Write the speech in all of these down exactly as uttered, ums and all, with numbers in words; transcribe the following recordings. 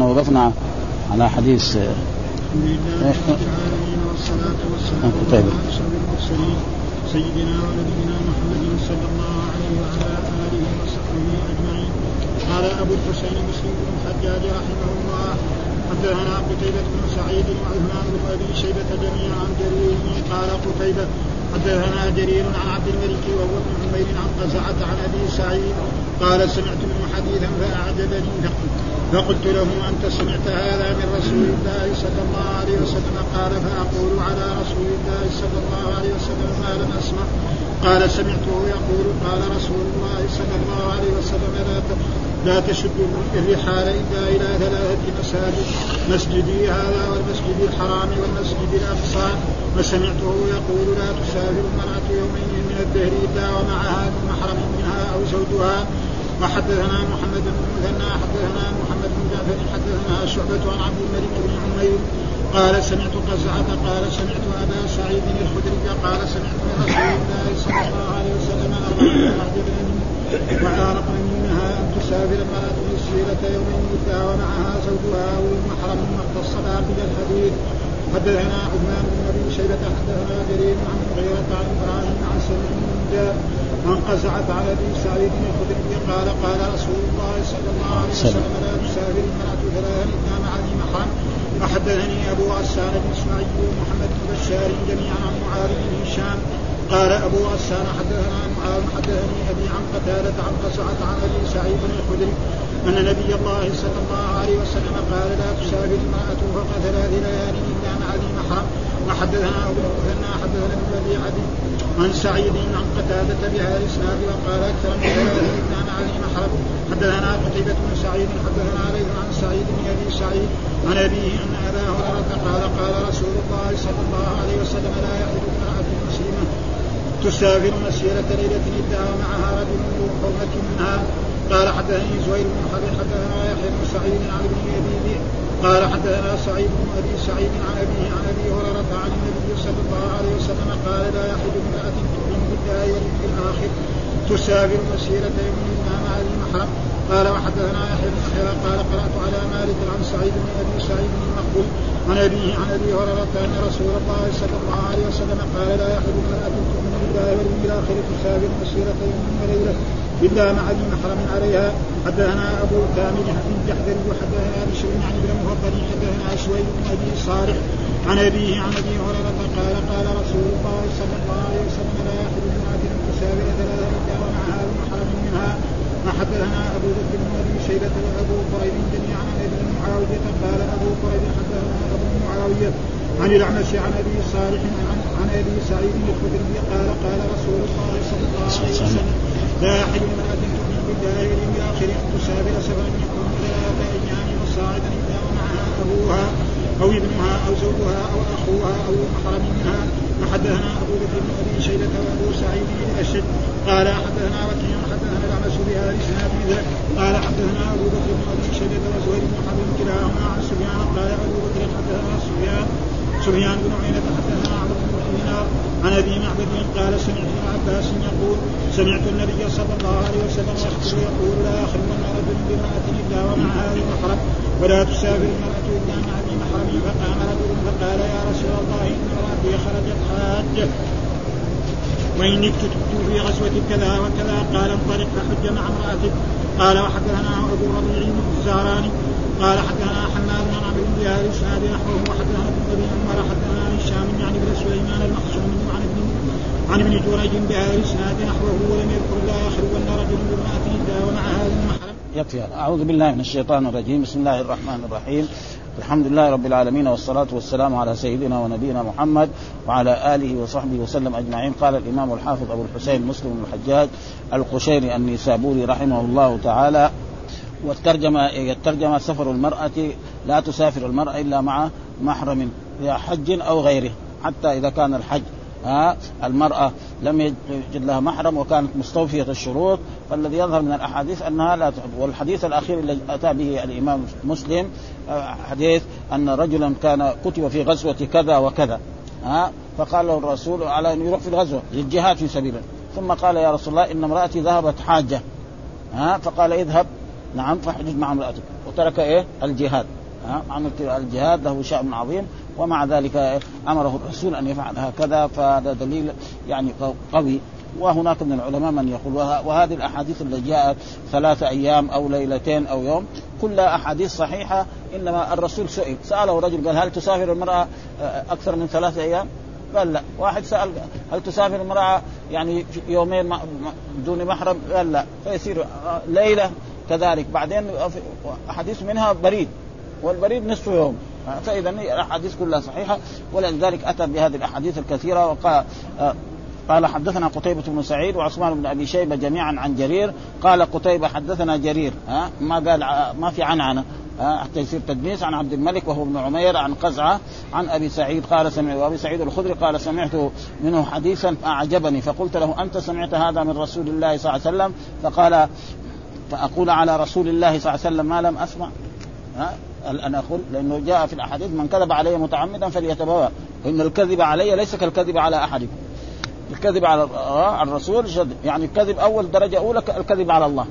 كنا وقفنا على حديث طيب سيدنا ونبينا محمد صلى الله عليه وعلى آله وصحبه أجمعين. قال أبو الحسين مسلم بن الحجاج رحمه الله حدثنا قتيبة بن سعيد وعثمان بن أبي شيبة جميعا عن جرير قال قتيبة حدثنا جرير عن عبد الملك وهو ابن عمير عن قزعة عن أبي سعيد قال سمعت منه حديثا فأعجبني فقلت له أنت سمعت هذا من رسول الله صلى الله عليه وسلم؟ قال فأقول على رسول الله صلى الله عليه وسلم ما لم أسمع. قال سمعته يقول قال رسول الله صلى الله عليه وسلم لا لا تشد الرحال إلا إلى ثلاثة مساجد مسجدي هذا والمسجد الحرام والمسجد الأقصى. وسمعته يقول لا تسافر المرأة يومين من الدهر إلا ومعها من محرم منها أو زوجها. وحدثنا محمد بن مثنى حدثنا محمد بن جعفر حدثنا شعبة عن عبد الملك بن عمير قال سمعت قزعة قال سمعت أبا سعيد الخدري قال سمعت من رسول الله صلى الله عليه وسلم وعارقنا منها أن تسافر المرأة مسيرة يومين إلا ومعها زوجها أو المحرم مختص باقي الحديث. حدثنا عثمان بن أبي شيبة حدثنا جرير عن مغيرة عن إبراهيم عن سليم بن جابر عن قزعة على أبي سعيد الخدري قال قال رسول الله صلى الله عليه وسلم لا تسافر المرأة ثلاثا إلا مع ذي محرم. وحدثني أبو غسان بن إسماعيل ومحمد بن بشار جميعا عن معاذ بن هشام قال أبو غسان حدثنا معاذ حدثني أبي عن قتادة عن قزعة عن أبي سعيد الخدري أن نبي الله صلى الله عليه وسلم قال لا تسافر المرأة فوق ثلاث ليال إلا مع ذي محرم. وحدثنا أبو المثنى حدثنا ابن أبي عدي عن سعيد عن قتادة بهذا الإسناد وقال أكثر من ثلاث إلا مع ذي محرم. حدثنا قتيبة بن سعيد حدثنا عليه عن سعيد بن أبي سعيد عن أبيه أن أبا هريرة قال قال رسول الله صلى الله عليه وسلم لا يحل امرأة مسلمة تسافر مسيرة ليلة إلا ومعها رجل ذو حرمة منها. قال حدثني زهير بن حرب حدثنا يحيى بن سعيد عن ابن أبي قال حدثنا سعيد بن أبي سعيد عن أبيه عن أبي هريرة عن النبي صلى الله عليه وسلم قال لا يحل امرأة تؤمن بالله واليوم الآخر تسافر مسيرة يوم إلا مع ذي محرم. قال وحدثنا يحيى بن يحيى قال قرأت على مالك عن سعيد بن أبي سعيد المقبول عن أبيه عن أبي هريرة أن رسول الله صلى الله عليه وسلم قال لا يحل امرأة تؤمن بالله واليوم الآخر تسافر مسيرة يوم وليلة إلا مع ذي محرم عليها. حدثنا أبو كامل بن جحدر وحدثنا بشر عن ابن المفضل حدثنا شويب بن أبي صالح عن أبيه عن أبي هريرة قال قال رسول الله صلى الله عليه وسلم لا يحل امرأة أن تسافر ثلاثة إلا ومعها ذو محرم منها. وحدثنا أبو بكر بن أبي شيبة وأبو قريب جميعا عن ابن معاوية قال أبو قريب حدثنا أبو معاوية عن الأعمش عن أبي صالح عن, عن أبي سعيد الخدري قال قال رسول الله صلى الله عليه وسلم لا يحل امرأة تؤمن بالله واليوم الآخر أن تسافر سفرا يكون ثلاثة أيام وصاعدا إلا ومعها أبوها أو ابنها أو زوجها أو أخوها أو محرم منها. وحدثنا أبو بكر بن أبي شيبة وأبو سعيد الأشد قال حدثنا وكيع حدثنا الأعمش بهذا الإسناد مثله قال حدثنا أبو بكر بن أبي شيبة وزهير بن حرب كلاهما عن سفيان قال أبو بكر حدثنا سفيان سفيان بن عيينة حدثنا عمرو بن دينار عن أبي معبد قال سمعت ابن عباس يقول سمعت النبي صلى الله عليه وسلم يخطب يقول لا يخلون رجل بامرأة إلا ومعها ذي محرم ولا تسافر المرأة إلا مع ذي محرم. فقام رجل فقال يا رسول الله إن امرأتي خرجت حاجة وإني كنت في غزوة كذا وكذا قال انطلق فحج مع امرأتك. قال وحدثنا أبو ربيع الزهراني قال حدثنا حماد بن عمرو بن بهذا الإسناد نحوه وحدثنا ابن أبي عمر حدثنا هشام يعني بن سليمان المخزومي عن ابن عن ابن جريج بهذا الإسناد نحوه ولم يذكر لا يخلون رجل بامرأة إلا ومع هذا المحرم. يكفي. أعوذ بالله من الشيطان الرجيم. بسم الله الرحمن الرحيم. الحمد لله رب العالمين والصلاة والسلام على سيدنا ونبينا محمد وعلى آله وصحبه وسلم أجمعين. قال الإمام الحافظ أبو الحسين مسلم بن الحجاج القشيري النيسابوري رحمه الله تعالى والترجمة الترجمة سفر المرأة لا تسافر المرأة إلا مع محرم يا حج أو غيره. حتى إذا كان الحج ها المرأة لم يجد لها محرم وكانت مستوفية الشروط فالذي يظهر من الأحاديث أنها لا تحب. والحديث الأخير الذي أتى به الإمام مسلم حديث أن رجلا كان كتب في غزوة كذا وكذا ها فقال له الرسول على أن يروح في الغزوة للجهاد في سبيله ثم قال يا رسول الله إن امرأتي ذهبت حاجة ها فقال اذهب نعم فاحجج مع امرأتك وترك إيه الجهاد. ها مع الجهاد له شأن عظيم، ومع ذلك أمره الرسول أن يفعل هكذا، فهذا دليل يعني قوي. وهناك من العلماء من يقول وهذه الأحاديث اللي جاءت ثلاثة أيام أو ليلتين أو يوم كلها أحاديث صحيحة. إنما الرسول سئل سأله رجل قال هل تسافر المرأة أكثر من ثلاثة أيام؟ قال لا. واحد سأل هل تسافر المرأة يعني يومين بدون محرم؟ قال لا. فيصير ليلة كذلك. بعدين أحاديث منها بريد، والبريد نصف يوم. فإذا الأحاديث كلها صحيحة، ولذلك أتى بهذه الأحاديث الكثيرة. وقال قال حدثنا قتيبة بن سعيد وعثمان بن أبي شيبة جميعا عن جرير. قال قتيبة حدثنا جرير، ها ما قال ما في عنعنة حتى يصير تدنيس، عن عبد الملك وهو ابن عمير عن قزعة عن أبي سعيد قال سمعت أبي سعيد الخدري قال سمعت منه حديثا أعجبني فقلت له أنت سمعت هذا من رسول الله صلى الله عليه وسلم؟ فقال فأقول على رسول الله صلى الله عليه وسلم ما لم أسمع. ها الآن أقول لأنه جاء في الأحاديث من كذب علي متعمدا فليتبوأ، وإن الكذب علي ليس كالكذب على أحدكم. الكذب على الرسول شد، يعني الكذب أول درجة أولى الكذب على الله،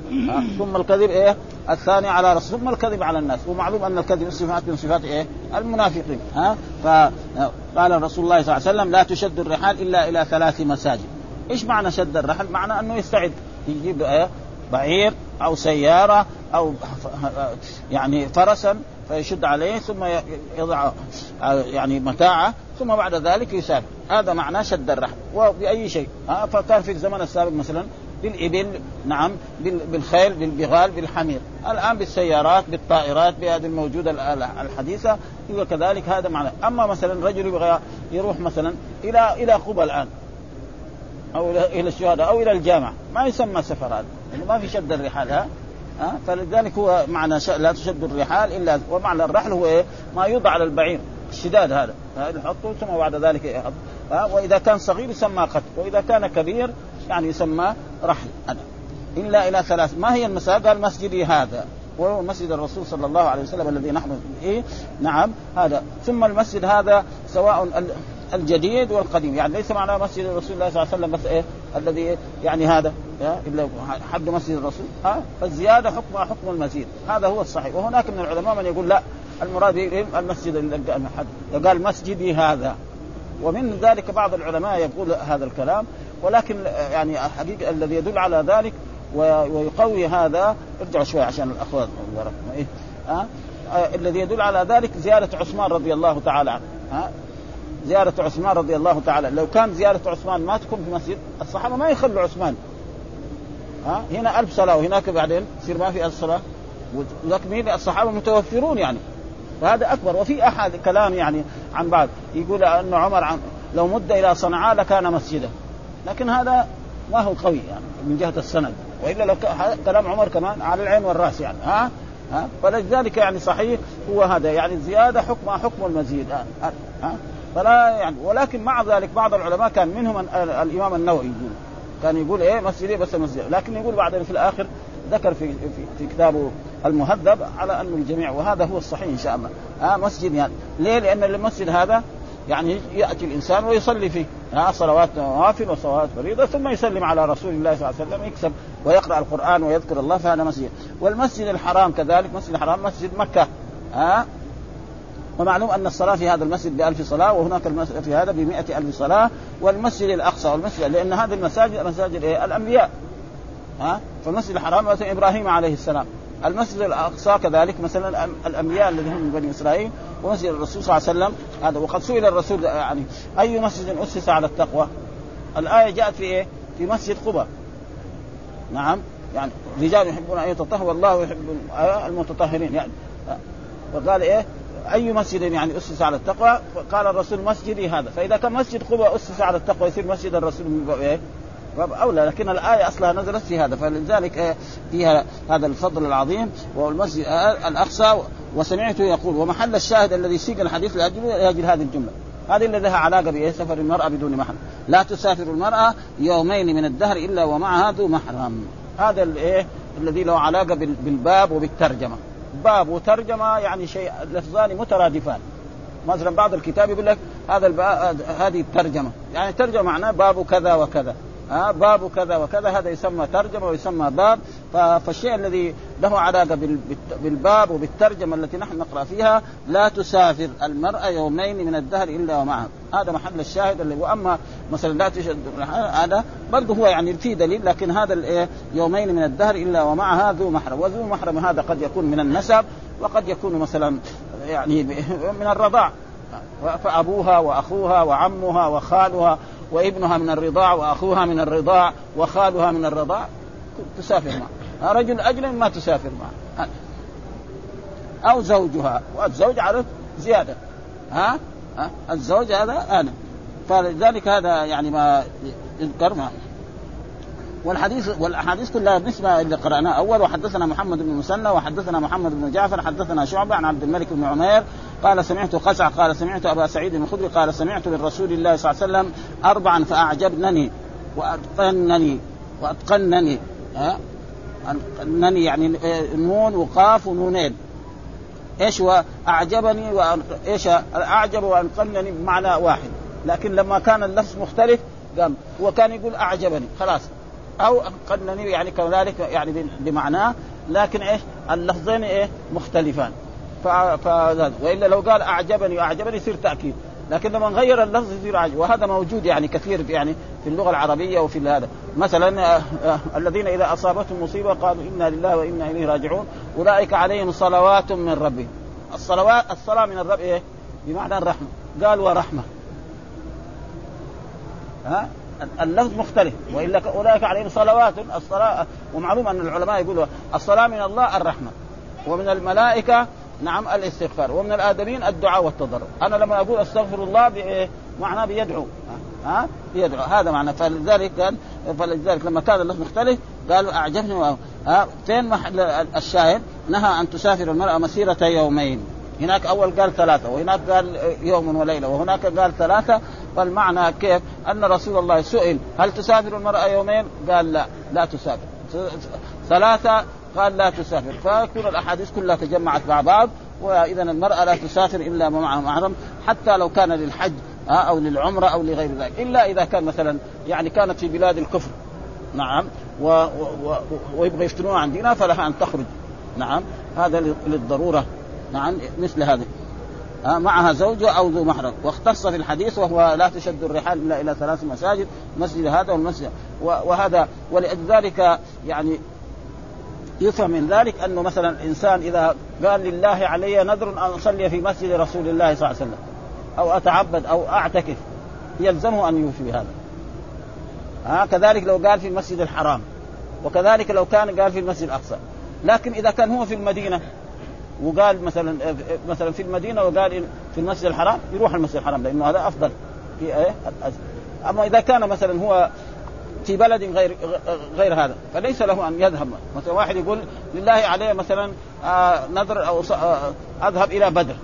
ثم الكذب إيه الثاني على رسول، ثم الكذب على الناس. ومعلوم أن الكذب صفات من صفات إيه المنافقين. ها فقال رسول الله صلى الله عليه وسلم لا تشد الرحال إلا إلى ثلاث مساجد. إيش معنى شد الرحل؟ معنى أنه يستعد يجيب إيه بعير أو سيارة أو يعني فرسا فيشد عليه ثم يضع يعني متاعه ثم بعد ذلك يسافر. هذا معناه شد الرحل. وبأي شيء ها فكان في الزمن السابق مثلا بالإبل، نعم بالخيل بالبغال بالحمير. الآن بالسيارات بالطائرات بهذه الموجودة الحديثة هو كذلك. هذا معناه. أما مثلا رجل يبغى يروح مثلا إلى إلى قبى الآن أو إلى الشهداء أو إلى الجامع ما يسمى سفر هذا، يعني ما في شد الرحال. ها ها فلذلك هو معنى لا تشد الرحال إلا. ومعنى الرحل هو إيه ما يوضع على البعير الشداد هذا هذا يحطه ثم بعد ذلك يحط. وإذا كان صغير يسمى قتل، وإذا كان كبير يعني يسمى رحل. هذا إلا إلى ثلاث. ما هي المساجد؟ قال مسجدي هذا وهو مسجد الرسول صلى الله عليه وسلم الذي نحن فيه. نعم هذا. ثم المسجد هذا سواء الجديد والقديم، يعني ليس معناه مسجد الرسول الله صلى الله عليه وسلم بس إيه الذي يعني هذا إلا حد مسجد الرسول. ها فالزيادة حكم حكم المزيد. هذا هو الصحيح. وهناك من العلماء من يقول لا المراد المسجد اللي قال مسجدي هذا. ومن ذلك بعض العلماء يقول هذا الكلام، ولكن يعني حقيقة الذي يدل على ذلك ويقوي هذا ارجع شوي عشان الأخوات إيه ها الذي يدل على ذلك زيارة عثمان رضي الله تعالى عنه. ها زيارة عثمان رضي الله تعالى، لو كان زيارة عثمان ما تكون في مسجد الصحابة ما يخلوا عثمان. ها هنا ألف صلاة وهناك بعدين يصير ما في ألف صلاة، ولكن الصحابة متوفرون يعني. وهذا أكبر. وفي أحد كلام يعني عن بعض يقول أن عمر عن لو مد إلى صنعاء لكان مسجدا، لكن هذا ما هو قوي يعني من جهة السند. وإلا لو كلام عمر كمان على العين والرأس يعني. ها ها فلذلك يعني صحيح هو هذا يعني زيادة حكم حكم المزيد. ها ها فلا يعني. ولكن مع ذلك بعض العلماء كان منهم الإمام النووي يقول كان يقول إيه مسجد بس مسجد، لكن يقول بعدين في الآخر ذكر في في, في كتابه المهذب على أنه الجميع، وهذا هو الصحيح إن شاء الله. ها مسجد يعني ليه؟ لأن المسجد هذا يعني يأتي الإنسان ويصلي فيه ها صلوات نوافل وصلوات فريضة ثم يسلم على رسول الله صلى الله عليه وسلم يكسب ويقرأ القرآن ويذكر الله، فهذا مسجد. والمسجد الحرام كذلك مسجد الحرام مسجد مكة. ها ومعلوم أن الصلاة في هذا المسجد بألف صلاة وهناك المسجد في هذا بمئة ألف صلاة. والمسجد الأقصى والمسجد لأن هذه المساجد مساجد إيه؟ الأنبياء. ها فالمسجد الحرام مثلا إبراهيم عليه السلام، المسجد الأقصى كذلك مثلا الأنبياء الذين هم من بني إسرائيل، ومسجد الرسول صلى الله عليه وسلم هذا. وقد سئل الرسول يعني أي مسجد أسس على التقوى؟ الآية جاءت في إيه؟ في مسجد قباء. نعم يعني رجال يحبون أن يتطهروا والله يحب المتطهرين يعني. وقال إيه أي مسجد يعني أسس على التقوى؟ قال الرسول مسجدي هذا. فإذا كان مسجد قباء أسس على التقوى يصير مسجد الرسول من إيه؟ أولى. لكن الآية أصلها نزلت في هذا، فلذلك فيها هذا الفضل العظيم. والمسجد الأقصى. وسمعته يقول ومحل الشاهد الذي سيق الحديث لأجل هذه الجملة هذه اللي لها علاقة بسفر المرأة بدون محرم. لا تسافر المرأة يومين من الدهر إلا ومعها ذو محرم. هذا الإيه الذي له علاقة بالباب وبالترجمة. باب وترجمة يعني شيء لفظان مترادفان. مثلا بعض الكتاب يقول لك هذا الباب هذه الترجمة يعني ترجمة معناه باب كذا وكذا. ها باب كذا وكذا هذا يسمى ترجمة ويسمى باب. فالشيء الذي له علاقة بالباب وبالترجمة التي نحن نقرأ فيها لا تسافر المرأة يومين من الدهر إلا ومعها، هذا محل الشاهد اللي. وأما مثلا لا تشد هذا برضه هو يعني في دليل، لكن هذا الإيه يومين من الدهر إلا ومعها ذو محرم. وذو محرم هذا قد يكون من النسب وقد يكون مثلا يعني من الرضاع، فأبوها وأخوها وعمها وخالها وابنها من الرضاع وأخوها من الرضاع وخالها من الرضاع تسافر معه. رجل أجنبي ما تسافر معه، أو زوجها، والزوج على زيادة ها ها الزوج هذا أنا، فلذلك هذا يعني ما يذكر معه. والحديث والأحاديث كلها بالنسبة اللي قرأناه أول. وحدثنا محمد بن مسنى وحدثنا محمد بن جعفر حدثنا شعبة عن عبد الملك بن عمير قال سمعت قزع قال سمعت أبا سعيد الخدري قال سمعت من رسول الله صلى الله عليه وسلم أربعا فأعجبنني وأتقنني وأتقنني ها أنني يعني نون وقاف ونونين إيش وأعجبني وإيش أعجب وأنقنني بمعنى واحد، لكن لما كان اللفظ مختلف قام هو كان يقول أعجبني خلاص أو أنقنني يعني كذلك يعني بمعناه، لكن إيه اللفظين إيه مختلفان. ف... ف... وإلا لو قال أعجبني وأعجبني يصير تأكيد، لكن لما نغير اللفظ يصير عجب. وهذا موجود يعني كثير يعني في اللغة العربية وفي هذا. مثلا الذين إذا أصابتهم مصيبة قالوا إنا لله وإنا إليه راجعون أولئك عليهم صلوات من ربهم. الصلوات الصلاة من الرب إيه بمعنى الرحمة، قال ورحمة ها اللفظ مختلف. وإلا أولئك عليهم صلوات الصلاة، ومعلوم أن العلماء يقولوا الصلاة من الله الرحمة، ومن الملائكة نعم الاستغفار، ومن الآدمين الدعاء والتضرع. أنا لما أقول أستغفر الله معناه بيدعو ها بيدعو، هذا معنى. فلذلك كان فلذلك لما كان اللفظ مختلف قالوا أعجبني. ها فين محل الشاهد؟ نهى أن تسافر المرأة مسيرة يومين. هناك أول قال ثلاثة وهناك قال يوم وليلة وهناك قال ثلاثة. فالمعنى كيف؟ أن رسول الله سئل هل تسافر المرأة يومين؟ قال لا لا تسافر. ثلاثة قال لا تسافر. فكل الأحاديث كلها تجمعت مع بعض. وإذا المرأة لا تسافر إلا معها محرم، حتى لو كان للحج أو للعمرة أو لغير ذلك، إلا إذا كان مثلا يعني كانت في بلاد الكفر نعم و... و... و... ويبغى يفتنوها عن دينها فلها أن تخرج نعم، هذا للضرورة نعم مثل هذه معها زوجة أو ذو محرم. واختص في الحديث وهو لا تشد الرحال إلا إلى ثلاث مساجد، مسجد هذا والمسجد وهذا. ولذلك يعني يفهم من ذلك أنه مثلا الإنسان إذا قال لله علي نذر أن أصلي في مسجد رسول الله صلى الله عليه وسلم أو أتعبد أو أعتكف يلزمه أن يوفي هذا. ها كذلك لو قال في المسجد الحرام، وكذلك لو كان قال في المسجد الأقصى. لكن إذا كان هو في المدينة وقال مثلا مثلا في المدينة وقال في المسجد الحرام يروح المسجد الحرام لأنه هذا أفضل في إيه. أما إذا كان مثلا هو في بلد غير غير هذا فليس له أن يذهب. مثلا واحد يقول لله عليه مثلا آه نذر أو آه أذهب إلى بدر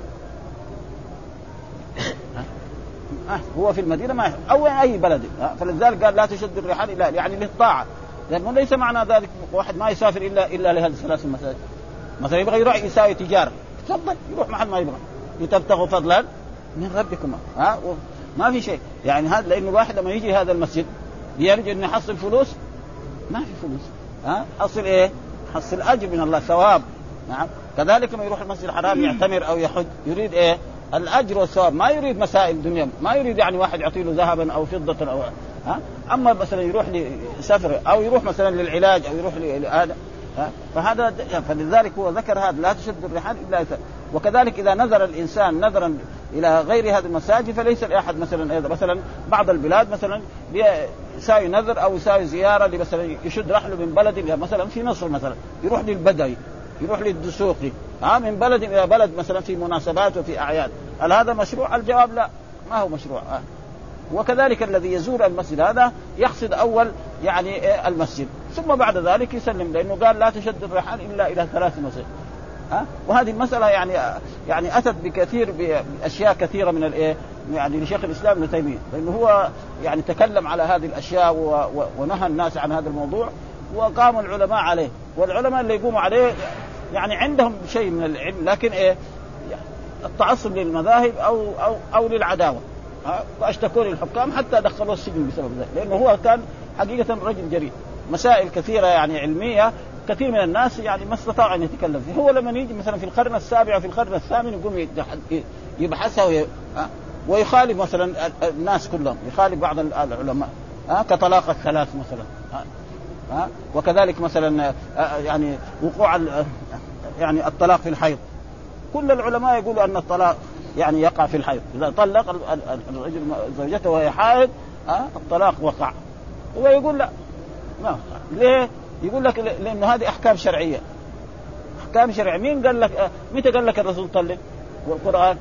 آه هو في المدينة ما أو أي بلد آه فلذلك قال لا تشد الرحال إلا يعني للطاعة، لأنه ليس معنى ذلك واحد ما يسافر إلا إلا لهذه الثلاث المساجد. مثلا يبغى يروح يساوي تجارة تفضل يروح محل ما يبغى، يتبتغوا فضلا من ربكم ها آه ما في شيء يعني هذا. لأنه الواحد لما يجي هذا المسجد يرجع أن يحصل فلوس ما في فلوس ها حصل إيه حصل أجر من الله ثواب نعم. كذلك لما يروح المسجد الحرام يعتمر أو يحج يريد إيه الأجر والثواب، ما يريد مسائل دنيا، ما يريد يعني واحد يعطي له ذهبا أو فضة أو ها. أما مثلا يروح لسفر أو يروح مثلا للعلاج أو يروح لهذا فهذا. فلذلك هو ذكر هذا لا تشد الرحال إلا إذا. وكذلك إذا نذر الإنسان نذرا إلى غير هذه المساجد فليس لأحد مثلا مثلا بعض البلاد مثلا يساوي نذر أو يساوي زيارة مثلا يشد رحله من بلد إلى مثلا في مصر مثلا يروح للبدوي يروح للدسوقي ها من بلد إلى بلد مثلا في مناسبات وفي أعياد. هل هذا مشروع؟ الجواب لا ما هو مشروع. ها. وكذلك الذي يزور المسجد هذا يقصد أول يعني المسجد ثم بعد ذلك يسلم، لأنه قال لا تشد الرحال إلا إلى ثلاث مساجد. ها وهذه المسألة يعني يعني أتت بكثير بأشياء كثيرة من الإيه يعني لشيخ الإسلام ابن تيمية، لأنه هو يعني تكلم على هذه الأشياء ونهى الناس عن هذا الموضوع وقام العلماء عليه. والعلماء اللي يقوموا عليه يعني عندهم شيء من العلم، لكن إيه التعصب للمذاهب أو أو أو للعداوة واشتكوا للحكام حتى دخلوا السجن بسبب ذلك، لأنه هو كان حقيقة رجل جريء مسائل كثيرة يعني علمية كثير من الناس يعني ما استطاع أن يتكلم فيه. هو لما يجي مثلا في القرن السابع وفي القرن الثامن يقوم يبحثها وي... ويخالف مثلا الناس كلهم، يخالف بعض العلماء ها كطلاق الثلاث مثلا ها، وكذلك مثلا يعني وقوع يعني الطلاق في الحيض. كل العلماء يقولوا أن الطلاق يعني يقع في الحيض، إذا طلق الرجل زوجته وهي حائض الطلاق وقع. هو يقول لا ما ليه؟ يقول لك لأنه هذه أحكام شرعية، أحكام شرعية. مين قال لك متى قال لك الرسول طلق؟ والقرآن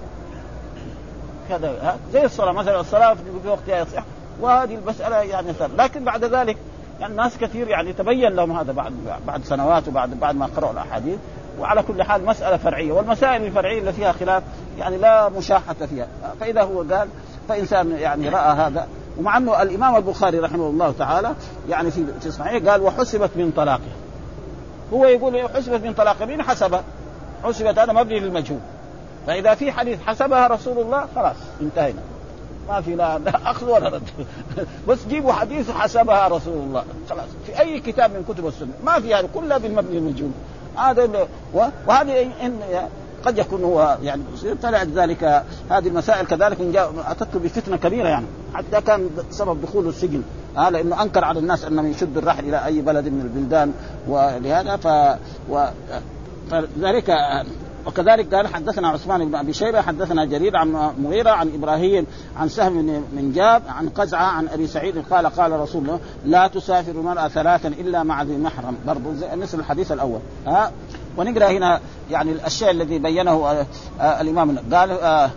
كذا زي الصلاة مثلا، الصلاة في وقتها يصح، وهذه المسألة يعني صار. لكن بعد ذلك يعني الناس كثير يعني تبين لهم هذا بعد بعد سنوات وبعد بعد ما قرأوا الأحاديث. وعلى كل حال مسألة فرعية، والمسائل الفرعية اللي فيها خلاف يعني لا مشاحة فيها. فإذا هو قال فإنسان يعني رأى هذا، ومع أنه الإمام البخاري رحمه الله تعالى يعني في في صحيح قال وحسبت من طلاقه. هو يقول حسبت من طلاقه، مين حسبها؟ حسبت هذا مبني للمجهول. فإذا في حديث حسبها رسول الله خلاص انتهينا، ما في لا أخذ ولا رد. بس جيبوا حديث حسبها رسول الله خلاص في أي كتاب من كتب السنة، ما في هذا كلها بالمبني للمجهول. هذا وهذه إن قد يكون هو يعني طلعت ذلك هذه المسائل كذلك أتته بفتنة كبيرة يعني، حتى كان سبب دخول السجن آه لأنه أنكر على الناس أنهم يشدوا الرحل إلى أي بلد من البلدان. ولهذا ف و... فذلك. وكذلك قال حدثنا عثمان بن أبي شيبة حدثنا جرير عن مغيرة عن إبراهيم عن سهم من جاب عن قزعة عن أبي سعيد قال قال رسول الله لا تسافر المرأة ثلاثا إلا مع ذي محرم، برضو مثل الحديث الأول. ها ونقرأ هنا يعني الأشياء الذي بينه الإمام قال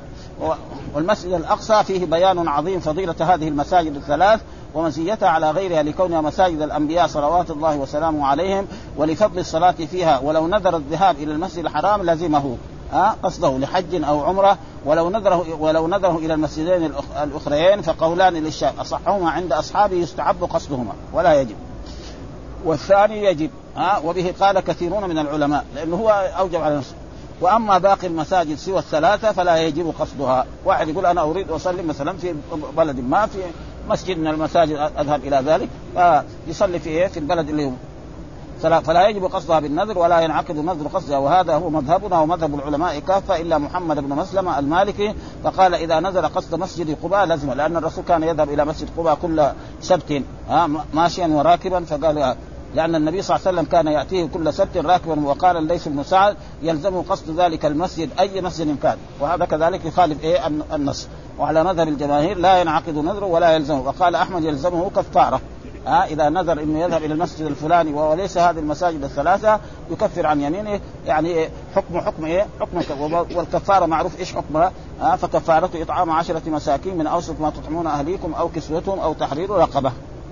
والمسجد الأقصى فيه بيان عظيم فضيلة هذه المساجد الثلاث ومزيتها على غيرها لكونها مساجد الأنبياء صلوات الله وسلامه عليهم، ولفضل الصلاة فيها. ولو نذر الذهاب إلى المسجد الحرام لزمه أه؟ قصده لحج أو عمرة، ولو نذره ولو نذره إلى المسجدين الأخريين فقولان للشافعي أصحهما عند أصحابه يستحب قصدهما ولا يجب، والثاني يجب أه؟ وبه قال كثيرون من العلماء لأنه هو أوجب على نفسه. وأما باقي المساجد سوى الثلاثة فلا يجب قصدها. واحد يقول أنا أريد أصلي مثلا في بلد ما في مسجد من المساجد أذهب إلى ذلك فيصلي في في البلد اللي هو فلا يجب قصدها بالنذر ولا ينعقد نذر قصدها. وهذا هو مذهبنا ومذهب العلماء كافة إلا محمد بن مسلمة المالكي فقال إذا نذر قصد مسجد قباء لازم، لأن الرسول كان يذهب إلى مسجد قباء كل سبت ماشيا وراكبا، فقال لأن النبي صلى الله عليه وسلم كان يأتيه كل سبت راكبا. وقال الليث بن سعد يلزم قصد ذلك المسجد أي مسجد كان، وهذا كذلك يخالف إيه النص. وعلى مذهب الجماهير لا ينعقد نذره ولا يلزمه. وقال أحمد يلزمه كفارة ها إذا نذر إنه يذهب إلى المسجد الفلاني وليس هذه المساجد الثلاثة يكفر عن يمينه، يعني حكم حكم إيه حكم. والكفارة معروف إيش حكمها ها فكفارته إطعام عشرة مساكين من أوسط ما تطعمون أهليكم أو كسوتهم أو تحرير رقبة.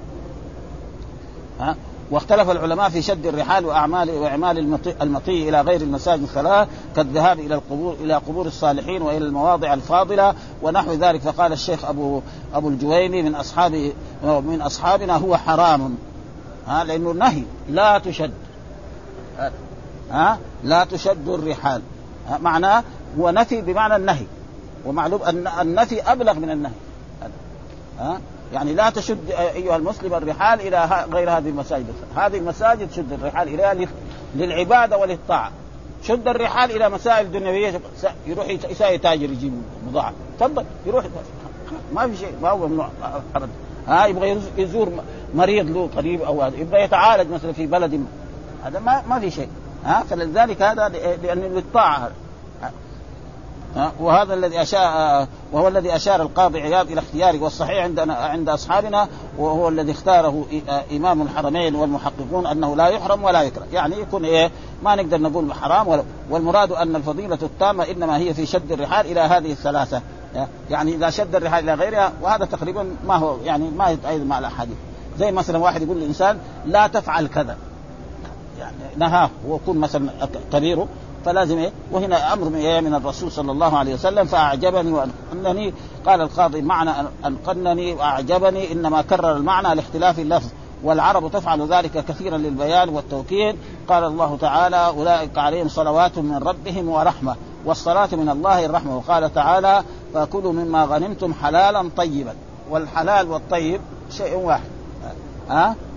ها واختلف العلماء في شد الرحال وأعمال وإعمال المطي إلى غير المساجد الثلاث كالذهاب إلى القبور إلى قبور الصالحين وإلى المواضع الفاضلة ونحو ذلك. فقال الشيخ أبو أبو الجويني من أصحاب من أصحابنا هو حرام ها لأنه نهي لا تشد ها لا تشد الرحال معناه هو نفي بمعنى النهي، ومعلوم أن النفي أبلغ من النهي ها يعني لا تشد أيها المسلم الرحال إلى غير هذه المساجد. هذه المساجد شد الرحال إليها للعبادة وللطاعة. شد الرحال إلى مسائل دنيوية يروح يساوي تاجر يجيب بضاعة تفضل يروح ما في شيء ما هو ممنوع أبدا. ها يبغى يزور مريض له قريب أو هذا يبغى يتعالج مثلا في بلد هذا ما ما في شيء ها فلذلك هذا لأن للطاعة. وهذا الذي أشار وهو الذي أشار القاضي عياض إلى اختياره، والصحيح عندنا عند أصحابنا وهو الذي اختاره إمام الحرمين والمحققون أنه لا يحرم ولا يكره، يعني يكون إيه ما نقدر نقول حرام. والمراد أن الفضيلة التامة إنما هي في شد الرحال إلى هذه الثلاثة، يعني إذا شد الرحال إلى غيرها وهذا تقريبا ما هو يعني ما يتأيد مع الأحاديث. زي مثلا واحد يقول للإنسان لا تفعل كذا يعني نهاه ويكون مثلا كبيره فلازم إيه وهنا أمر من الرسول صلى الله عليه وسلم فأعجبني وأنقنني. قال القاضي معنى أنقنني وأعجبني إنما كرر المعنى لاختلاف اللفظ، والعرب تفعل ذلك كثيرا للبيان والتوكيد. قال الله تعالى أولئك عليهم صلوات من ربهم ورحمة، والصلاة من الله الرحمة. وقال تعالى فكلوا مما غنمتم حلالا طيبا، والحلال والطيب شيء واحد ها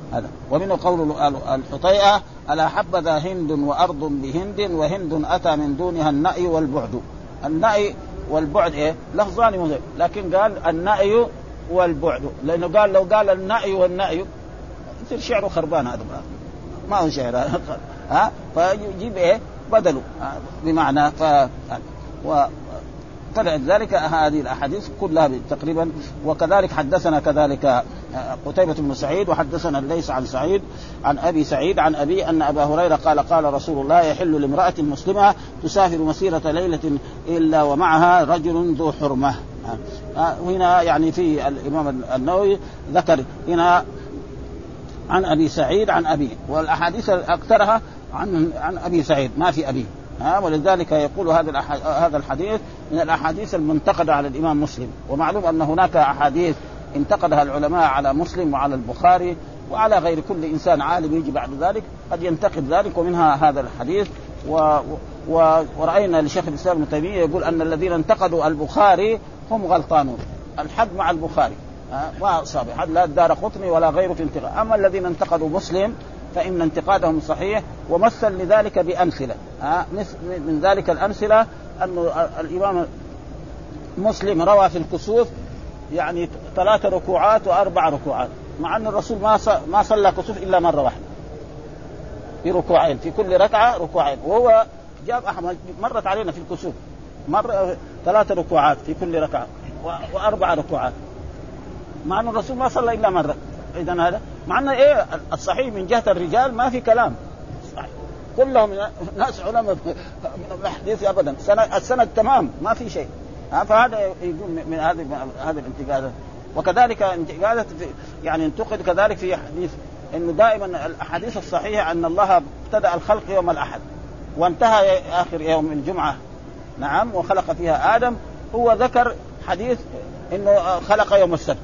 هذا. ومنه قول الحطيئة: ألا حبذا هند وأرض بهند وهند أتى من دونها النأي والبعد. النأي والبعد إيه لفظان مذهب، لكن قال النأي والبعد لأنه قال لو قال النأي والنأي يصير شعره خربان، هذا ما هو شعر ها، فيجيب إيه بدله بمعنى ف و فلذلك هذه الأحاديث كلها تقريبا. وكذلك حدثنا كذلك قتيبة بن سعيد وحدثنا الليث عن سعيد عن أبي سعيد عن أبي أن أبا هريرة قال قال رسول الله: يحل لامرأة مسلمة تسافر مسيرة ليلة إلا ومعها رجل ذو حرمة. هنا يعني في الإمام النووي ذكر هنا عن أبي سعيد عن أبي، والأحاديث أكثرها عن عن أبي سعيد ما في أبي. ها ولذلك يقول هذا هذا الحديث من الأحاديث المنتقدة على الإمام مسلم. ومعلوم أن هناك أحاديث انتقدها العلماء على مسلم وعلى البخاري وعلى غير كل إنسان عالم يجي بعد ذلك قد ينتقد ذلك، ومنها هذا الحديث. و و ورأينا لشيخ الإسلام ابن تيمية يقول أن الذين انتقدوا البخاري هم غلطانون، الحق مع البخاري ما صابح لا الدارقطني ولا غيره في انتقاد. أما الذين انتقدوا مسلم فإن انتقادهم صحيح، ومثل لذلك بأمثلة. من ذلك الأمثلة أن الإمام مسلم روى في الكسوف يعني ثلاث ركوعات وأربع ركوعات، مع أن الرسول ما ما صلى كسوف إلا مرة واحدة في ركوعين، في كل ركعة ركوعين. وهو جاب أحمد مرت علينا في الكسوف مرة ثلاث ركوعات في كل ركعة وأربع ركوعات، مع أن الرسول ما صلى إلا مرة. إذن هذا معنى إيه الصحيح من جهة الرجال ما في كلام صحيح. كلهم ناس علماء من الحديث أبدا، السند تمام ما في شيء. فهذا يقول من هذه هذه الانتقادات. وكذلك انتقادات يعني انتقد كذلك في حديث إنه دائما الأحاديث الصحيحة أن الله ابتدأ الخلق يوم الأحد وانتهى آخر يوم الجمعة، نعم، وخلق فيها آدم. هو ذكر حديث إنه خلق يوم السبت،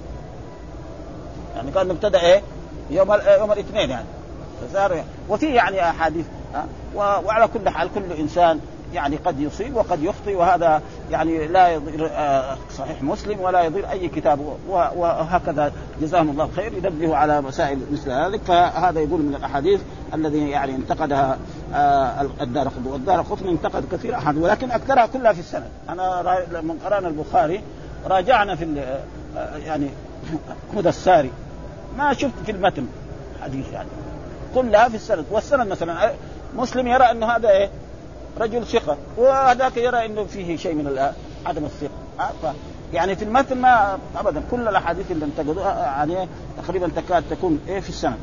يعني كان ابتدأ إيه يوم يوم الاثنين يعني فصار. وفي يعني أحاديث، وعلى كل حال كل إنسان يعني قد يصيب وقد يخطئ، وهذا يعني لا يضير صحيح مسلم ولا يضير أي كتاب، وهكذا جزاهم الله خير ينبه على مسائل مثل ذلك. فهذا يقول من الأحاديث الذي يعني انتقدها الدارقطني، والدارقطني انتقد كثير أحد، ولكن أكثرها كلها في السنة. أنا من قرأنا البخاري راجعنا في يعني هدى الساري ما شفت في المتن حديث يعني كلها في السند. والسند مثلا مسلم يرى أنه هذا إيه رجل ثقة، وهذاك يرى أنه فيه شيء من عدم الثقة. يعني في المتن ما أبدا كل الأحاديث اللي انتقدوها يعني تقريبا تكاد تكون إيه في السند.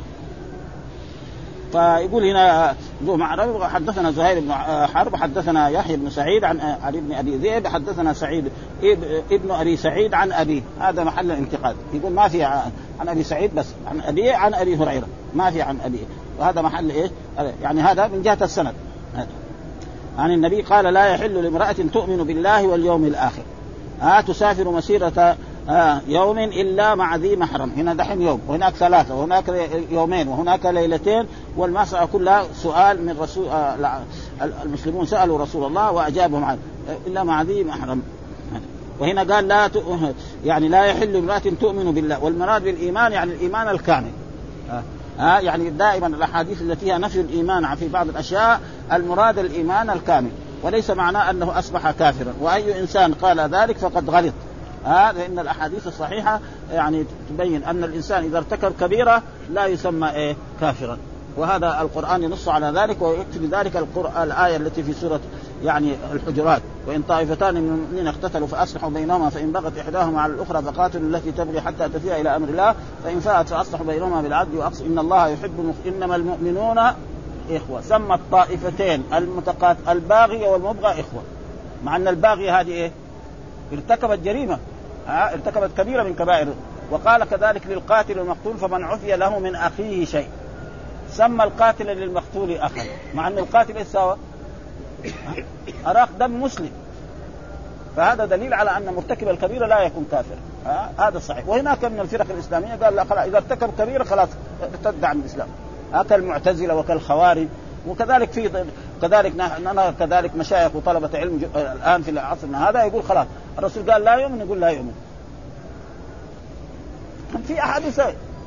فيقول هنا حدثنا زهير بن حرب حدثنا يحيى بن سعيد عن علي بن أبي ذئب حدثنا سعيد ابن أبي سعيد عن أبي. هذا محل الانتقاد، يقول ما في عن أبي سعيد بس عن أبي عن أبي هريرة، ما في عن أبي. وهذا محل إيه يعني هذا من جهة السند. عن النبي قال: لا يحل لامرأة تؤمن بالله واليوم الآخر ها تسافر مسيرة آه يوم إلا مع ذي محرم. هنا دحين يوم، وهناك ثلاثة، وهناك يومين، وهناك ليلتين. والمسألة كلها سؤال من رسول آه المسلمون سألوا رسول الله وأجابهم عنه إلا مع ذي محرم. وهنا قال لا ت... يعني لا يحل امرأة تؤمن بالله، والمراد بالإيمان يعني الإيمان الكامل. آه. آه يعني دائما الأحاديث التي فيها نفي الإيمان في بعض الأشياء المراد الإيمان الكامل، وليس معناه أنه أصبح كافرا. وأي إنسان قال ذلك فقد غلط. آه لأن الأحاديث الصحيحة يعني تبين أن الإنسان إذا ارتكب كبيرة لا يسمى إيه كافرا، وهذا القرآن ينص على ذلك. ويكتب ذلك القرآن الآية التي في سورة يعني الحجرات: وإن طائفتان من المؤمنين اقتتلوا فأصلحوا بينهما فإن بغت إحداهما على الأخرى فقاتلوا التي تبغي حتى تفيء إلى أمر الله فإن فاءت فأصلحوا بينهما بالعدل وأقسطوا إن الله يحب. إنما المؤمنون إخوة. سمى الطائفتين المتقات الباغية والمبغى إخوة، مع أن الباغية هذه إيه ارتكبت جريمة، ها ارتكبت كبيرة من كبائر. وقال كذلك للقاتل والمقتول فمن عفي له من أخيه شيء. سمى القاتل للمقتول أخا، مع أن القاتل إيه أراق دم مسلم. فهذا دليل على أن مرتكب الكبيرة لا يكون كافر. هذا صحيح. وهناك من الفرق الإسلامية قال لا خلاص إذا ارتكب كبيرة خلاص ارتد عن الإسلام، كالمعتزلة وكالخوارج. وكذلك في كذلك أنا كذلك مشايخ وطلبة علم الآن في عصرنا هذا يقول خلاص الرسول قال لا يؤمن، يقول لا يؤمن. في أحاديث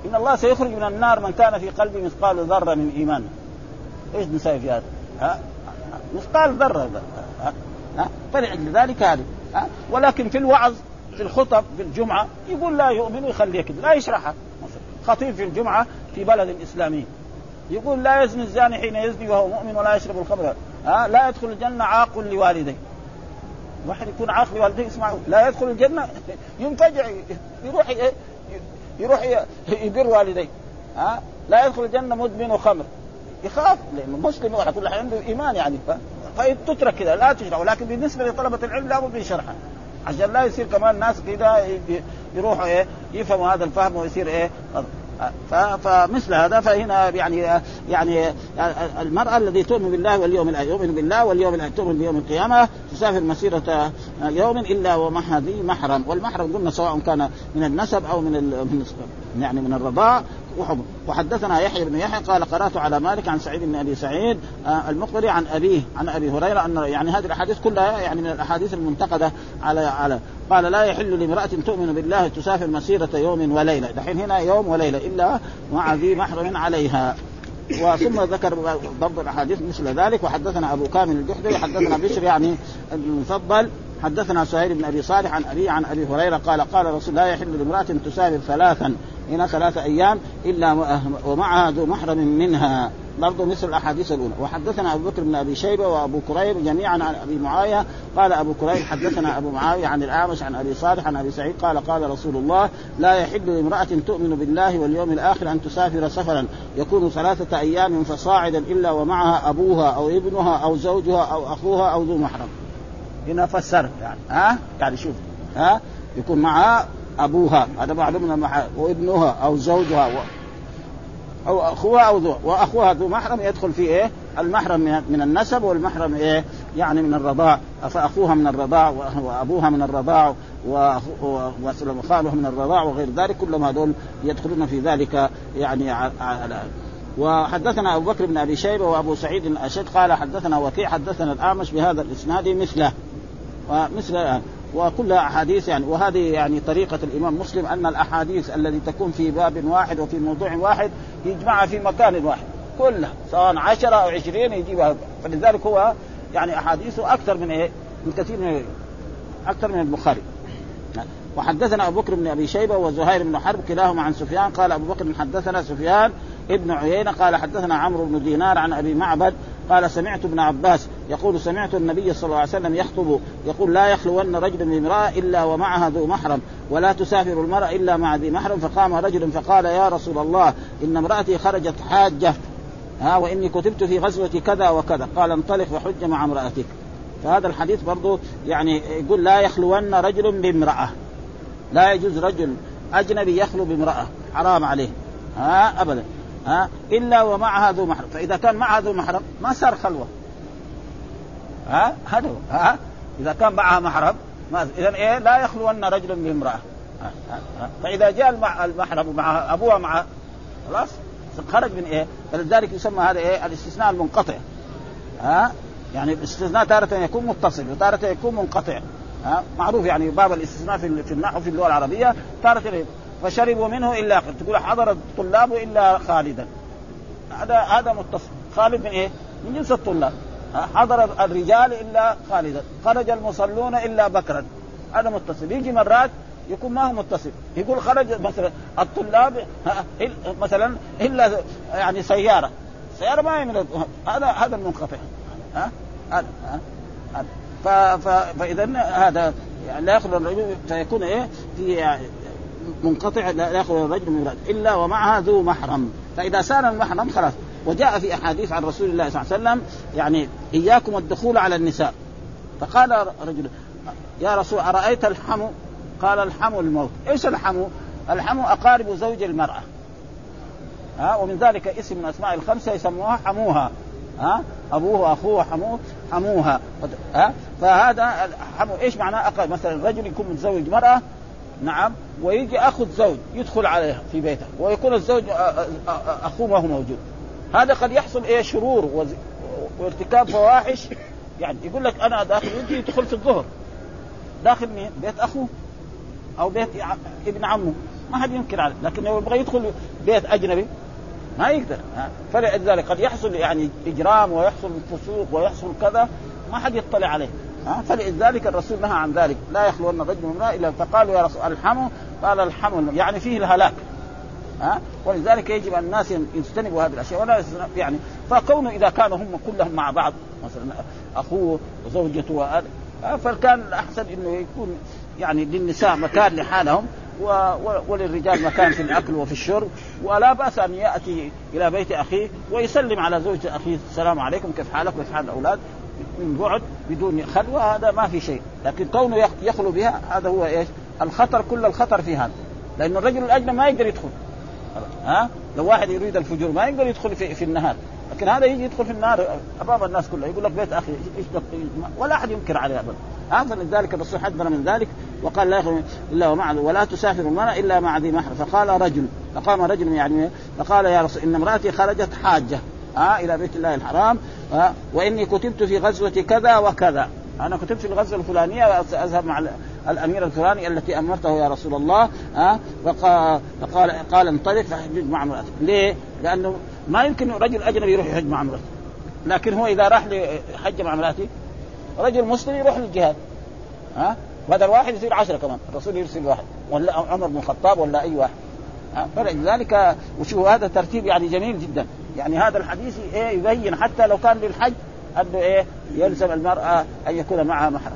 إن الله سيخرج من النار من كان في قلبه مثقال ذرة من إيمان. إيش نسوي في هذا؟ ها؟ مثقال ذرة. ها؟ ها؟ فلأجل ذلك هذه. ها؟ ولكن في الوعظ في الخطب في الجمعة يقول لا يؤمن ويخليه كده لا يشرحها. خطيب في الجمعة في بلد إسلامي يقول لا يزني الزاني حين يزني وهو مؤمن ولا يشرب الخمر. ها؟ لا يدخل الجنة عاق لوالديه. واحد يكون عاق لوالديه اسمعوا لا يدخل الجنة ينفجع يروح يروح يبر والديه. ها؟ لا يدخل الجنة مدمن خمر يخاف لأنه مسلم ولا كل حين عنده إيمان يعني فتترك كذا لا تشرح. ولكن بالنسبة لطلبة العلم لا بد يشرحها عشان لا يصير كمان الناس كذا يروحوا إيه يفهموا هذا الفهم ويصير إيه. فمثل هذا فهنا يعني يعني المرأة الذي تؤمن بالله واليوم الآخر يؤمن بالله واليوم الآخر تؤمن بيوم القيامة تسافر مسيرة يوم إلا ومعها ذي محرم. والمحرم قلنا سواء كان من النسب أو من من يعني من الرضاع وحب. وحدثنا يحيى بن يحيى قال قرأت على مالك عن سعيد بن أبي سعيد المقبري عن أبيه عن أبي هريرة أن يعني هذه الأحاديث كلها يعني من الأحاديث المنتقدة على على قال لا يحل لامرأة تؤمن بالله تسافر مسيرة يوم وليلة. دحين هنا يوم وليلة إلا مع ذي محرم عليها. وثم ذكر ضبط الأحاديث مثل ذلك. وحدثنا أبو كامل الجحدري حدثنا بشر يعني المفضل حدثنا سهيل بن أبي صالح عن أبي عن أبي هريرة قال قال رسول لا يحل لامرأة تسافر ثلاثا هنا ثلاثة أيام إلا ومعها ذو محرم منها برضو مثل الأحاديث الأولى. وحدثنا أبو بكر بن أبي شيبة وأبو كريب جميعا عن أبي معاوية قال أبو كريب حدثنا أبو معاوية عن الأعمش عن أبي صالح عن أبي سعيد قال قال رسول الله لا يحل لامرأة تؤمن بالله واليوم الآخر أن تسافر سفرا يكون ثلاثة أيام فصاعدا إلا ومعها أبوها أو ابنها أو زوجها أو أخوها أو ذو محرم. هنا فسر يعني ها يعني شوف ها يكون معها أبوها هذا معلوم من المحرم وابنها أو زوجها و... أو أخوها أو ذو وأخوها ذو محرم يدخل في إيه المحرم من النسب والمحرم إيه يعني من الرضاع. فأخوها من الرضاع وأبوها من الرضاع وخالها من الرضاع وغير ذلك كلهم هذول يدخلون في ذلك يعني على. وحدثنا أبو بكر بن أبي شيبة وأبو سعيد الأشد قال حدثنا وكيع حدثنا الأعمش بهذا الإسناد مثله ومثل وكلها أحاديث يعني. وهذه يعني طريقة الإمام مسلم أن الأحاديث التي تكون في باب واحد وفي موضوع واحد يجمعها في مكان واحد كلها سواء عشرة أو عشرين يجيبها. فلذلك هو يعني أحاديثه أكثر من إيه من كثير من أكثر من البخاري. وحدثنا أبو بكر بن أبي شيبة وزهير بن حرب كلاهما عن سفيان قال أبو بكر حدثنا سفيان ابن عيينة قال حدثنا عمرو بن دينار عن أبي معبد قال سمعت ابن عباس يقول سمعت النبي صلى الله عليه وسلم يخطب يقول لا يخلون رجل من امرأة إلا ومعها ذو محرم ولا تسافر المرأة إلا مع ذي محرم. فقام رجل فقال يا رسول الله إن امرأتي خرجت حاجة ها وإني كتبت في غزوة كذا وكذا قال انطلق وحج مع امرأتك. فهذا الحديث برضو يعني يقول لا يخلون رجل بامرأة لا يجوز رجل أجنبي يخلو بامرأة حرام عليه ها أبدا ها إلا ومعها ذو محرم. فإذا كان معها ذو محرم ما صار خلوة ها هذا ها إذا كان معها محرم ما إذن إيه لا يخلون رجل بامرأة. فإذا جاء المحرم مع أبوها مع خلاص خرج من إيه. فلذلك يسمى هذا إيه الاستثناء المنقطع ها يعني الاستثناء تارة يكون متصل وتارة يكون منقطع ها معروف يعني باب الاستثناء في في النحو في اللغة العربية تارة فشربوا منه إلا تقول حضر الطلاب إلا خالدا هذا هذا متصل. خالد من إيه من جنس الطلاب. حضر الرجال إلا خالدا خرج المصلون إلا بكرا هذا متصل. يجي مرات يكون ما هو متصل يقول خرج مثلا الطلاب مثلا إلا يعني سيارة سيارة ما يملك هذا هذا المنقطع ها هذا ها فإذا هذا يعني لا يخلو الرجل فيكون إيه في يعني منقطع لا يخلو الرجل من امرأة إلا ومعها ذو محرم. فإذا سار المحرم خلاص. وجاء في أحاديث عن رسول الله صلى الله عليه وسلم يعني إياكم الدخول على النساء. فقال رجل يا رسول أرأيت الحمو قال الحمو الموت. إيش الحمو؟ الحمو أقارب زوج المرأة ها ومن ذلك اسم من أسماء الخمسة يسموها حموها ها أبوه أخوه حموه حموها ها. فهذا حمو إيش معناه أقارب. مثلا الرجل يكون متزوج مرأة نعم ويجي أخذ زوج يدخل عليها في بيته ويكون الزوج أخوه ما هو موجود. هذا قد يحصل إيه شرور وارتكاب فواحش يعني. يقول لك أنا داخل يجي يدخل في الظهر داخل مين بيت أخوه أو بيت ابن عمه ما حد ينكر عليه. لكن لو يبغى يدخل بيت أجنبي ما يقدر. فلذلك قد يحصل يعني إجرام ويحصل فسوق ويحصل كذا ما حد يطلع عليه. فلذلك الرسول نهى عن ذلك لا يخلون رجل من امرأة إلا فقالوا يا رسول الحموا قال الحموا يعني فيه الهلاك. ها ولذلك يجب أن الناس يجتنبوا هذه الأشياء ولا يعني. فكونه إذا كانوا هم كلهم مع بعض مثلا أخوه وزوجته وأهله فكان الأحسن إنه يكون يعني للنساء مكان لحالهم وللرجال مكان في الأكل وفي الشرب. ولا بأس أن يأتي إلى بيت أخيه ويسلم على زوجة أخيه السلام عليكم كيف حالك وكيف حال الأولاد من بعد بدون خلوة هذا ما في شيء. لكن كونه يخلو بها هذا هو إيش الخطر. كل الخطر في هذا لأن الرجل الأجنبي ما يقدر يدخل. ها لو واحد يريد الفجور ما يقدر يدخل في, في النهار. لكن هذا يجي يدخل في النار أمام الناس كلها يقول لك بيت أخي ولا أحد ينكر عليه أبدا. هذا لذلك الرسول حذر من ذلك وقال لا يخرج إلا ومع ولا تسافر المرأة إلا مع ذي محرم. فقال رجل فقام رجل يعني فقال يا رسول إن امرأتي خرجت حاجة آه إلى بيت الله الحرام آه وإني كتبت في غزوة كذا وكذا. أنا كتبت في الغزوة الفلانية أذهب مع الأمير الفلاني التي أمرته يا رسول الله آه فقال فقال قال انطلق فحج مع امرأتك. ليه؟ لأنه ما يمكن رجل أجنبي يروح يحج مع امرأته. لكن هو إذا راح لحج مع امرأته رجل مسلم يروح للجهاد ها بدل واحد يصير عشرة كمان. الرسول يرسل واحد ولا عمر بن الخطاب ولا أي واحد. فلذلك وشوفوا هذا ترتيب يعني جميل جدا. يعني هذا الحديث إيه يبين حتى لو كان للحج أنه إيه يلزم المرأة أن يكون معها محرم.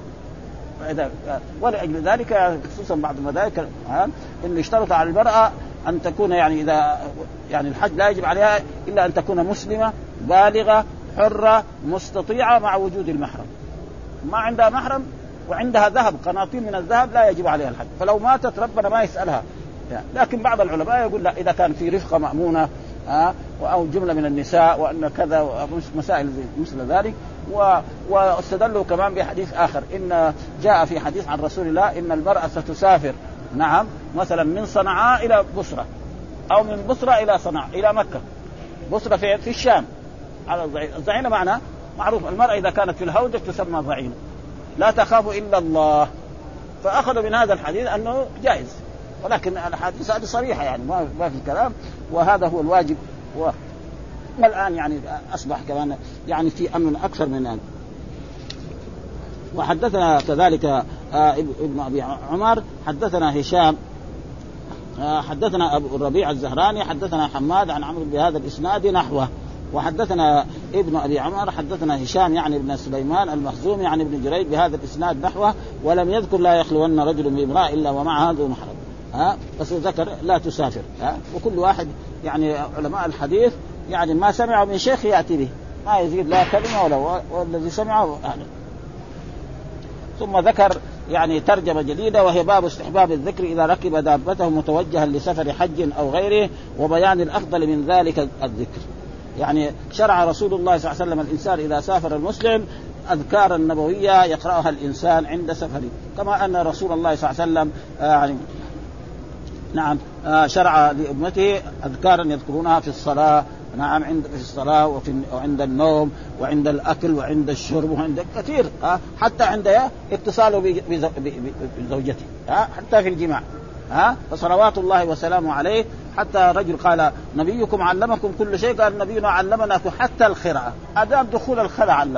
ولأجل ذلك خصوصا بعض المذاهب إنه يشترط على المرأة أن تكون يعني إذا يعني الحج لا يجب عليها إلا أن تكون مسلمة بالغة حرة مستطيعة مع وجود المحرم. ما عندها محرم وعندها ذهب قناطير من الذهب لا يجب عليها الحج. فلو ماتت ربنا ما يسألها. يعني لكن بعض العلماء يقول لا إذا كان في رفقة مأمونة ها أو جملة من النساء وأن كذا مسائل مثل ذلك. واستدلوا كمان بحديث آخر إن جاء في حديث عن رسول الله إن المرأة ستسافر نعم مثلا من صنعاء إلى بصرة أو من بصرة إلى صنعاء إلى مكة. بصرة في, في الشام على الضعينة. الضعينة معنى معروف المرأة إذا كانت في الهودج تسمى ضعينة لا تخاف إلا الله. فأخذوا من هذا الحديث أنه جائز ولكن الحديث هذه صريحة يعني ما في كلام وهذا هو الواجب. والآن يعني أصبح كمان يعني في أمن أكثر من هذا. وحدثنا كذلك ابن أبي عمر حدثنا هشام حدثنا أبو الربيع الزهراني حدثنا حماد عن عمرو بهذا الإسناد نحوه. وحدثنا ابن أبي عمر حدثنا هشام يعني ابن سليمان المخزومي يعني ابن جريج بهذا الإسناد نحوه ولم يذكر لا يخلون رجل بامرأة إلا ومع هذا محرم. ها بس ذكر لا تسافر. ها وكل واحد يعني علماء الحديث يعني ما سمعوا من شيخ يأتي به ما يزيد لا كلمة ولا والذي سمعه أهلا. ثم ذكر يعني ترجمة جديدة وهي باب استحباب الذكر إذا ركب دابته متوجها لسفر حج أو غيره وبيان الأفضل من ذلك الذكر. يعني شرع رسول الله صلى الله عليه وسلم الإنسان إذا سافر المسلم أذكار النبوية يقرأها الإنسان عند سفره كما أن رسول الله صلى الله عليه وسلم يعني نعم شرع لأمته أذكارا يذكرونها في الصلاة نعم عند في الصلاة وفي وعند النوم وعند الأكل وعند الشرب وعند كثير حتى عند اتصاله بزوجته حتى في الجماع ها فصلوات الله وسلامه عليه. حتى رجل قال نبيكم علمكم كل شيء قال نبينا علمنا حتى الخلاء. أدام دخول الخلاء علمه.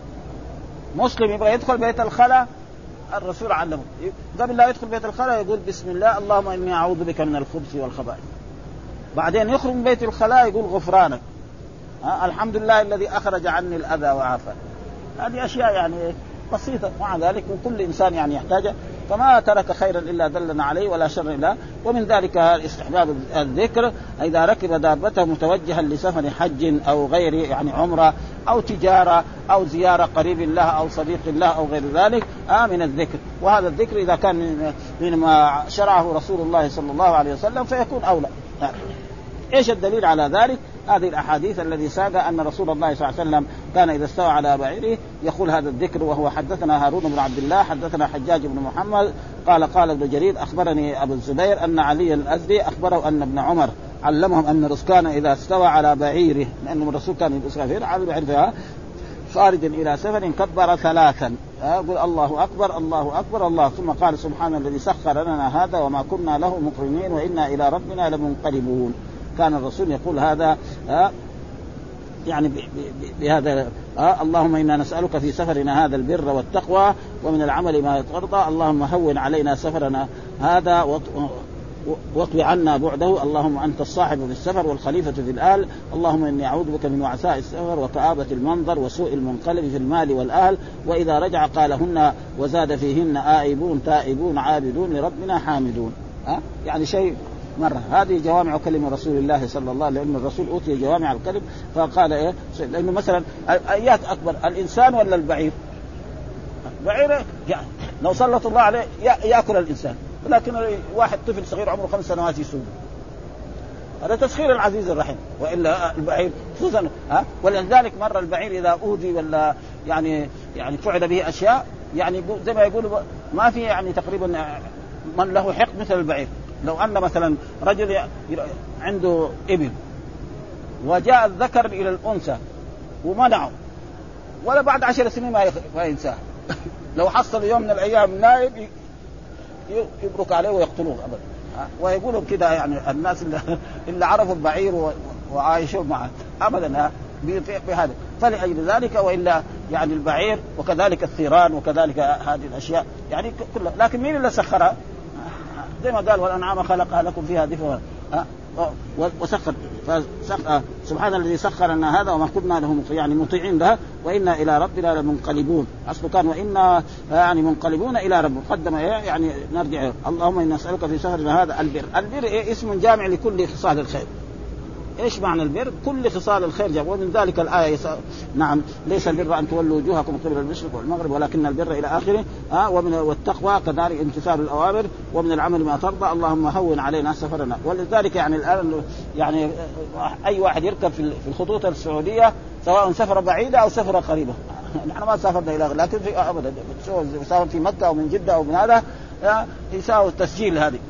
مسلم يبغى يدخل بيت الخلاء الرسول علمه قبل لا يدخل بيت الخلاء يقول بسم الله اللهم إني أعوذ بك من الخبث والخبائث. بعدين يخرج من بيت الخلاء يقول غفرانك الحمد لله الذي أخرج عني الأذى وعافى. هذه أشياء يعني بسيطة مع ذلك وكل إنسان يعني يحتاجه. فما ترك خيرا إلا دلنا عليه ولا شر إلا. ومن ذلك استحباب الذكر إذا ركب دابته متوجها لسفر حج أو غير يعني عمرة أو تجارة أو زيارة قريب الله أو صديق الله أو غير ذلك آه من الذكر. وهذا الذكر إذا كان مما شرعه رسول الله صلى الله عليه وسلم فيكون أولى. آه. إيش الدليل على ذلك؟ هذه الأحاديث الذي ساق أن رسول الله صلى الله عليه وسلم كان إذا استوى على بعيره يقول هذا الذكر. وهو حدثنا هارون بن عبد الله حدثنا حجاج بن محمد قال قال ابن جرير أخبرني أبو الزبير أن علي الأزدي أخبره أن ابن عمر علمهم أن الرسول إذا استوى على بعيره لأن الرسول كان يسافر على بعيره خارجا إلى سفر كبر ثلاثا يقول الله أكبر الله أكبر الله، ثم قال سبحان الذي سخر لنا هذا وما كنا له مقرنين وإنا إلى ربنا لمنقلبون. كان الرسول يقول هذا يعني بهذا آه اللهم إنا نسألك في سفرنا هذا البر والتقوى ومن العمل ما ترضى، اللهم هون علينا سفرنا هذا واطوي عنا بعده، اللهم أنت الصاحب في السفر والخليفة في الآل، اللهم إني أعوذ بك من وعثاء السفر وكآبة المنظر وسوء المنقلب في المال والأهل، وإذا رجع قالهن وزاد فيهن آئبون تائبون عابدون لربنا حامدون. أه؟ يعني شيء مرة. هذه جوامع كلمة رسول الله صلى الله عليه وسلم، لأن الرسول أوتي جوامع الكلم فقال إيه، لأنه مثلا آيات أكبر الإنسان ولا البعير؟ بعير لو سلط الله عليه يأكل الإنسان، ولكن واحد طفل صغير عمره خمس سنوات يسوق، هذا تسخير العزيز الرحيم. وإلا البعير خصوصا ها، ولذلك مرة البعير إذا أوذي ولا يعني يعني فعل به أشياء يعني زي ما يقولوا ما في يعني تقريبا من له حق مثل البعير. لو أن مثلا رجل عنده ابن وجاء الذكر إلى الأنثى ومنعه، ولا بعد عشر سنين ما ينساه لو حصل يوم من الأيام نائب يبرك عليه ويقتلوه أبدا. ويقولوا كده يعني الناس اللي, اللي عرفوا البعير وعايشوا معه أبدا بهذا. فلأجل ذلك وإلا يعني البعير وكذلك الثيران وكذلك هذه الأشياء يعني كلها. لكن مين اللي سخرها؟ زي ما قال والأنعام خلقها لكم فيها دفء وسخر. فسخر سبحان الذي سخر لنا هذا وما كنا له يعني مطيعين له وإنا إلى ربنا لمنقلبون. أصله كان وإنا يعني منقلبون إلى رب. قدم يعني نرجع اللهم إنا نسألك في سفرنا هذا البر. البر إيه؟ اسم جامع لكل خصال الخير. إيش معنى البر؟ كل خصال الخير جاب. ومن ذلك الآية يس... نعم ليس البر أن تولوا وجوهكم قبل المشرق والمغرب ولكن البر إلى آخره. آه ومن والتقوى كذلك امتثال الأوامر ومن العمل ما ترضى اللهم هون علينا سفرنا. ولذلك يعني الآن يعني أي واحد يركب في الخطوط السعودية سواء سفر بعيدة أو سفر قريبة نحن ما سافرنا إلى لكن في أبدا سواء في مكة أو من جدة أو من هذا يساوي التسجيل هذه.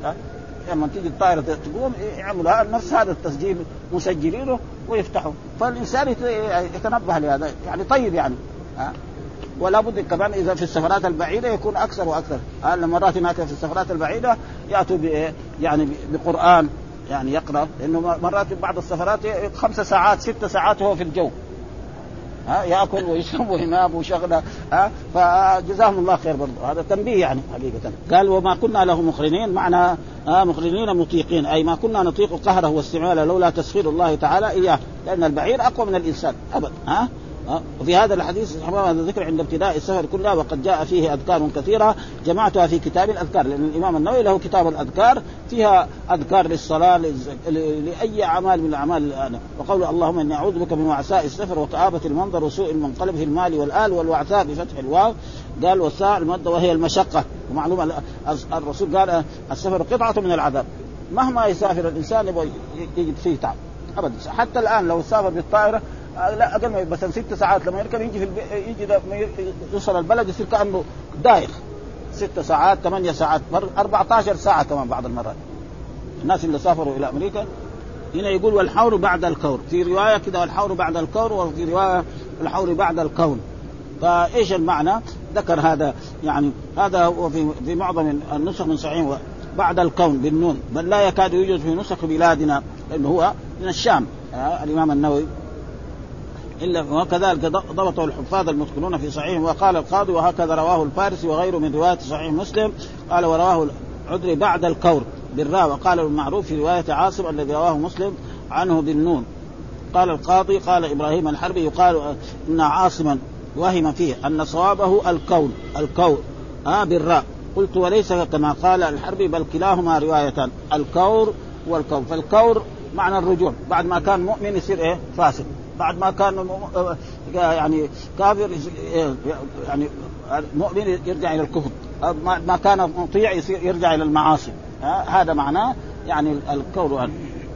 لما تيجي الطائرة تقوم يعملوا نفس هذا التسجيل مسجلينه ويفتحوا. فالإنسان يتنبه لهذا يعني طيب يعني ها. ولا بد كمان إذا في السفرات البعيدة يكون أكثر وأكثر. ها مرات هناك في السفرات البعيدة يأتوا يعني بقرآن يعني يقرأ، لأنه مرات بعض السفرات خمس ساعات ست ساعات هو في الجو ها يأكل ويشرب وينام وشغله ها. فجزاهم الله خير برضو. هذا تنبيه يعني حقيقة. قال وما كنا له مقرنين معنى مقرنين مطيقين أي ما كنا نطيق قهره واستعماله لولا تسخير الله تعالى إياه، لأن البعير أقوى من الإنسان أبدا ها. وفي هذا الحديث هذا الذكر عند ابتداء السفر كلها وقد جاء فيه أذكار كثيرة جمعتها في كتاب الأذكار، لأن الإمام النووي له كتاب الأذكار فيها أذكار للصلاة لأي أعمال من الأعمال. وقول اللهم إني أعوذ بك من وعثاء السفر وكآبة المنظر وسوء المنقلب في المال والآل. والوعثاء بفتح الواو قال والساء المادة وهي المشقة. ومعلومة الرسول قال السفر قطعة من العذاب، مهما يسافر الإنسان يجد فيه تعب أبدا. حتى الآن لو سافر بالطائرة لا أقل من مثلا ست ساعات لما يركب يجي في البي... يجي يوصل البلد يصير كأنه دايخ ست ساعات ثمانية ساعات أربعة عشر ساعة كمان بعض المرات. الناس اللي سافروا إلى أمريكا هنا يقول والحور بعد الكور، في رواية كده والحور بعد الكور وفي رواية الحور بعد الكون. فإيش المعنى؟ ذكر هذا يعني هذا وفي في معظم النسخ من صحيح بعد الكون بالنون، بل لا يكاد يوجد في نسخ بلادنا لأنه هو من الشام آه الإمام النووي إلا. وكذلك ضبطه الحفاظ المتقنون في صحيح. وقال القاضي وهكذا رواه الفارسي وغيره من رواية صحيح مسلم. قال ورواه العذري بعد الكور بالراء. وقال المعروف في رواية عاصم الذي رواه مسلم عنه بالنون. قال القاضي قال إبراهيم الحربي يقال إن عاصما وهم فيه أن صوابه الكون الكون آه بالراء. قلت وليس كما قال الحربي بل كلاهما روايتان الكور والكون. فالكور معنى الرجوع، بعد ما كان مؤمن يصير إيه فاسد، بعد ما كان يعني كافر يعني مؤمن يرجع إلى الكفر، ما كان مطيع يصير يرجع إلى المعاصي. هذا معناه يعني الكور.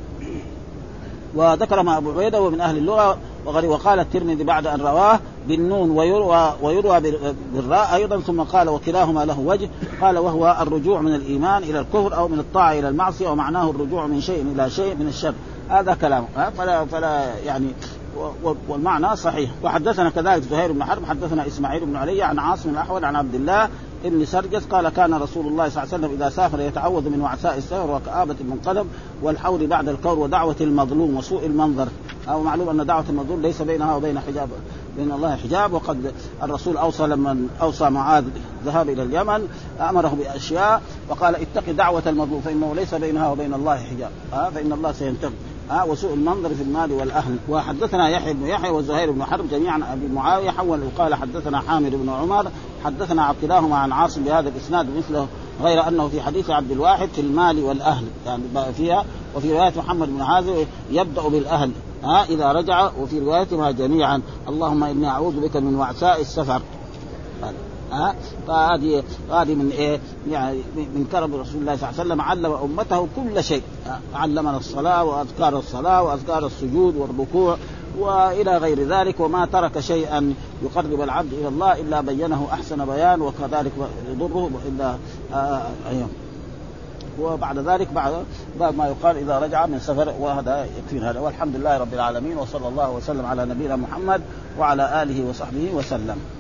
وذكر ما أبو عبيدة ومن أهل اللغة وغيره. وقال الترمذي بعد أن رواه بالنون ويروى, ويروى بالراء أيضا ثم قال وكلاهما له وجه. قال وهو الرجوع من الإيمان إلى الكفر أو من الطاعة إلى المعصية، ومعناه الرجوع من شيء إلى شيء من الشر. هذا كلام. فلا, فلا يعني والمعنى صحيح. وحدثنا كذلك زهير بن حرب حدثنا إسماعيل بن علي عن عاصم الأحول عن عبد الله ابن سرجس قال كان رسول الله صلى الله عليه وسلم إذا سافر يتعوذ من وعثاء السفر وكآبة المنقلب والحور بعد الكور ودعوة المظلوم وسوء المنظر. أو معلوم أن دعوة المظلوم ليس بينها وبين حجاب بين الله حجاب. وقد الرسول أوصى لما أوصى معاذ ذهاب إلى اليمن أمره بأشياء وقال اتق دعوة المظلوم فإنه ليس بينها وبين الله حجاب آه فإن الله سينتقم آه وسوء المنظر في المال والأهل. وحدثنا يحيى بن يحيى وزهير بن حرب جميعا أبي معاوية حول وقال حدثنا حامد بن عمر حدثنا عقلاهما عن عاصم بهذا الإسناد مثله غير أنه في حديث عبد الواحد في المال والأهل يعني فيها. وفي رواية محمد بن حازم يبدأ بالأهل ها إذا رجع. وفي روايتهما جميعا اللهم إني أعوذ بك من وعثاء السفر. ها فهذه هذه من إيه يعني من كرم رسول الله صلى الله عليه وسلم علم أمته كل شيء. علمنا الصلاة وأذكار الصلاة وأذكار السجود والركوع وإلى غير ذلك وما ترك شيئا يقرب العبد إلى الله إلا بينه أحسن بيان وكذلك يضره إلا آه أيام. وبعد ذلك بعد بعد ما يقال إذا رجع من سفر وهذا يكفي هذا. والحمد لله رب العالمين وصلى الله وسلم على نبينا محمد وعلى آله وصحبه وسلم.